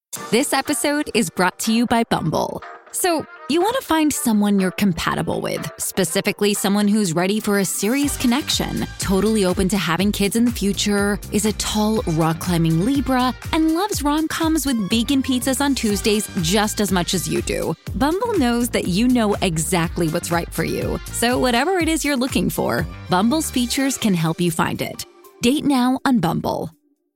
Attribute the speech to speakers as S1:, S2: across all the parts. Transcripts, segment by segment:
S1: This episode is brought to you by Bumble. So, you want to find someone you're compatible with, specifically someone who's ready for a serious connection, totally open to having kids in the future, is a tall, rock-climbing Libra, and loves rom-coms with vegan pizzas on Tuesdays just as much as you do. Bumble knows that you know exactly what's right for you. So whatever it is you're looking for, Bumble's features can help you find it. Date now on Bumble.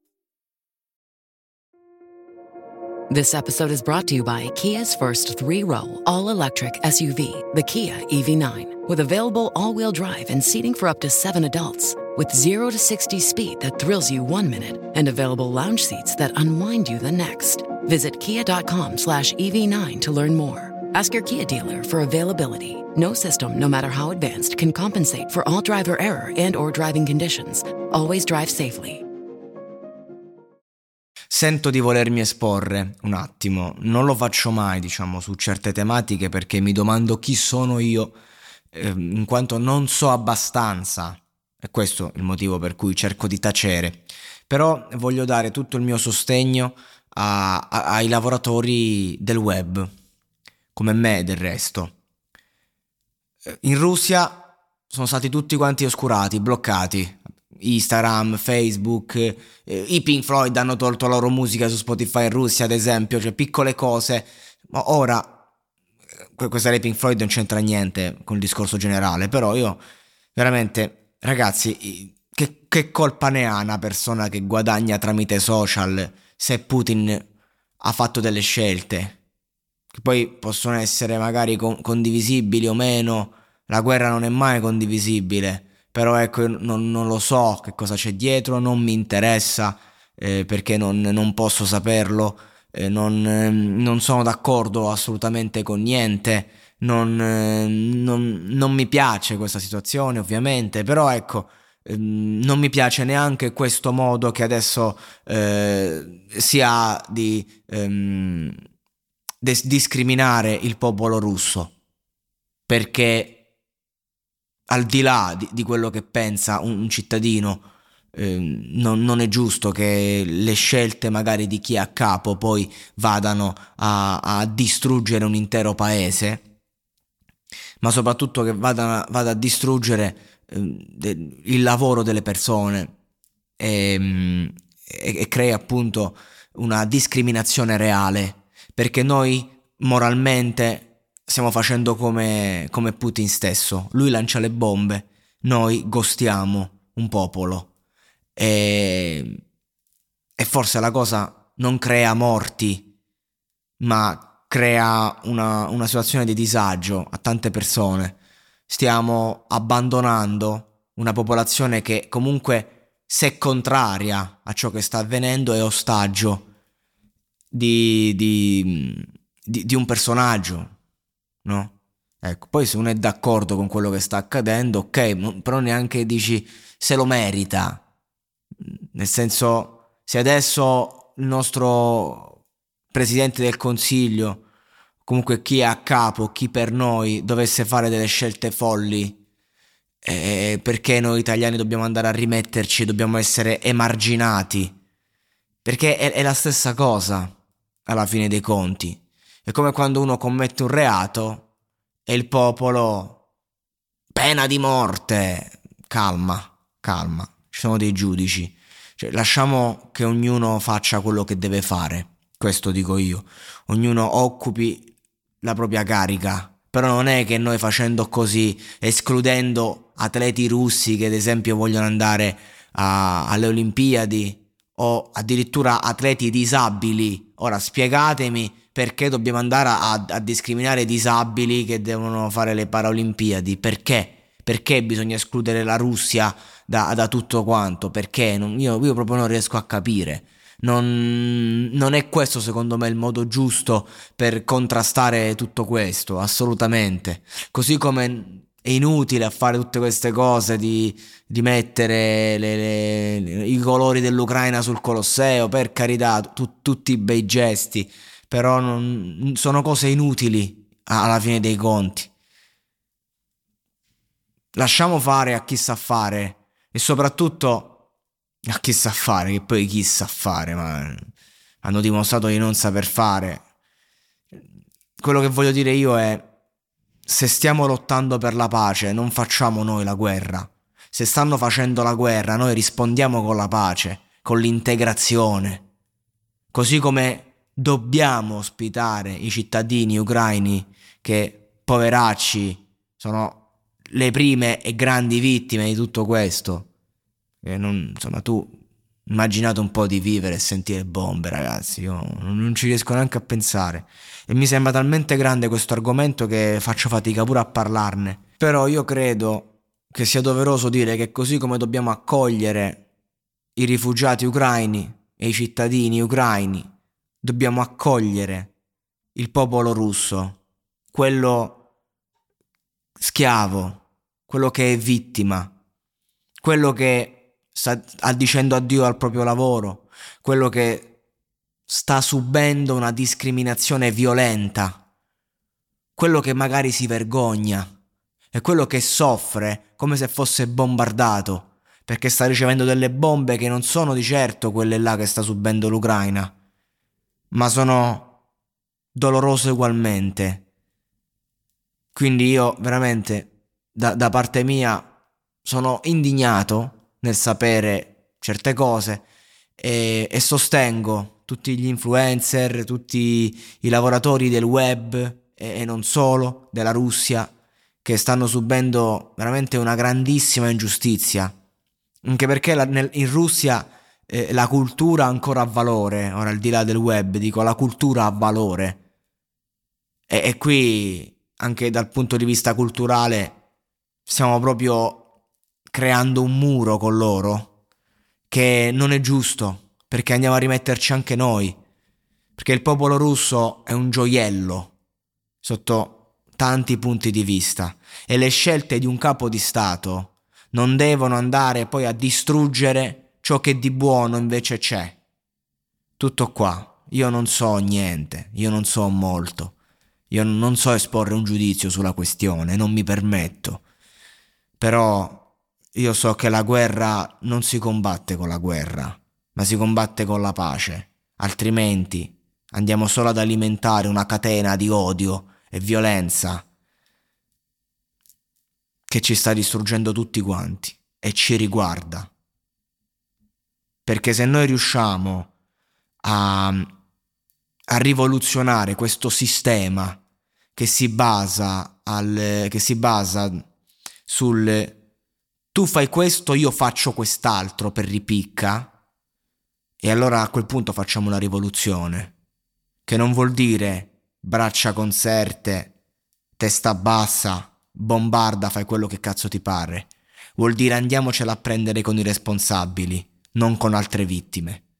S2: This episode is brought to you by Kia's first 3-row, all-electric SUV, the Kia EV9. With available all-wheel drive and seating for up to 7 adults. With 0 to 60 speed that thrills you 1 minute and available lounge seats that unwind you the next. Visit kia.com/EV9 to learn more. Ask your Kia dealer for availability. No system, no matter how advanced, can compensate for all driver error and or driving conditions. Always drive safely.
S3: Sento di volermi esporre un attimo, non lo faccio mai, diciamo, su certe tematiche perché mi domando chi sono io, in quanto non so abbastanza, e questo è il motivo per cui cerco di tacere. Però voglio dare tutto il mio sostegno ai lavoratori del web, come me del resto. In Russia sono stati tutti quanti oscurati, bloccati. Instagram, Facebook, i Pink Floyd hanno tolto la loro musica su Spotify in Russia, ad esempio, cioè piccole cose. Ma ora questa dei Pink Floyd non c'entra niente con il discorso generale, però io veramente, ragazzi, che colpa ne ha una persona che guadagna tramite social se Putin ha fatto delle scelte che poi possono essere magari condivisibili o meno? La guerra non è mai condivisibile. Però ecco, non lo so che cosa c'è dietro, non mi interessa, perché non posso saperlo, non sono d'accordo assolutamente con niente, non mi piace questa situazione ovviamente, però ecco, non mi piace neanche questo modo che adesso si ha di discriminare il popolo russo, perché al di là di quello che pensa un cittadino, non è giusto che le scelte magari di chi è a capo poi vadano a distruggere un intero paese, ma soprattutto che vada a distruggere il lavoro delle persone e crea appunto una discriminazione reale, perché noi moralmente stiamo facendo come Putin stesso. Lui lancia le bombe, noi ghostiamo un popolo e forse la cosa non crea morti, ma crea una situazione di disagio a tante persone. Stiamo abbandonando una popolazione che comunque, se contraria a ciò che sta avvenendo, è ostaggio di un personaggio, no? Ecco, poi se uno è d'accordo con quello che sta accadendo, ok, però neanche dici se lo merita. Nel senso, se adesso il nostro Presidente del Consiglio, comunque chi è a capo, chi per noi, dovesse fare delle scelte folli, perché noi italiani dobbiamo andare a rimetterci, dobbiamo essere emarginati? Perché è la stessa cosa alla fine dei conti. È come quando uno commette un reato e il popolo, pena di morte, calma, ci sono dei giudici, cioè lasciamo che ognuno faccia quello che deve fare, questo dico io, ognuno occupi la propria carica, però non è che noi facendo così, escludendo atleti russi che ad esempio vogliono andare alle Olimpiadi, o addirittura atleti disabili, ora spiegatemi perché dobbiamo andare a discriminare i disabili che devono fare le Paralimpiadi? Perché bisogna escludere la Russia da tutto quanto? Perché? Io proprio non riesco a capire. Non è questo secondo me il modo giusto per contrastare tutto questo, assolutamente. Così come è inutile a fare tutte queste cose di mettere i colori dell'Ucraina sul Colosseo, per carità, tutti bei gesti, però sono cose inutili alla fine dei conti. Lasciamo fare a chi sa fare, e soprattutto a chi sa fare, che poi chi sa fare, ma hanno dimostrato di non saper fare. Quello che voglio dire io è: se stiamo lottando per la pace, non facciamo noi la guerra. Se stanno facendo la guerra, noi rispondiamo con la pace, con l'integrazione. Così come dobbiamo ospitare i cittadini ucraini che, poveracci, sono le prime e grandi vittime di tutto questo. Insomma, tu immaginate un po' di vivere e sentire bombe, ragazzi. Io non ci riesco neanche a pensare. E mi sembra talmente grande questo argomento che faccio fatica pure a parlarne. Però io credo che sia doveroso dire che così come dobbiamo accogliere i rifugiati ucraini e i cittadini ucraini, dobbiamo accogliere il popolo russo, quello schiavo, quello che è vittima, quello che sta dicendo addio al proprio lavoro, quello che sta subendo una discriminazione violenta, quello che magari si vergogna, è quello che soffre come se fosse bombardato, perché sta ricevendo delle bombe che non sono di certo quelle là che sta subendo l'Ucraina, ma sono dolorose ugualmente. Quindi io veramente, da parte mia, sono indignato nel sapere certe cose e sostengo tutti gli influencer, tutti i lavoratori del web e non solo, della Russia, che stanno subendo veramente una grandissima ingiustizia, anche perché in Russia la cultura ancora ha valore. Ora, al di là del web, dico, la cultura ha valore, e qui anche dal punto di vista culturale stiamo proprio creando un muro con loro che non è giusto, perché andiamo a rimetterci anche noi, perché il popolo russo è un gioiello sotto tanti punti di vista, e le scelte di un capo di Stato non devono andare poi a distruggere ciò che di buono invece c'è. Tutto qua. Io non so niente, io non so molto, io non so esporre un giudizio sulla questione, non mi permetto. Però io so che la guerra non si combatte con la guerra, ma si combatte con la pace. Altrimenti andiamo solo ad alimentare una catena di odio e violenza che ci sta distruggendo tutti quanti e ci riguarda. Perché se noi riusciamo a rivoluzionare questo sistema che si basa sul tu fai questo, io faccio quest'altro per ripicca, e allora a quel punto facciamo una rivoluzione, che non vuol dire braccia conserte, testa bassa, bombarda, fai quello che cazzo ti pare. Vuol dire andiamocela a prendere con i responsabili, non con altre vittime.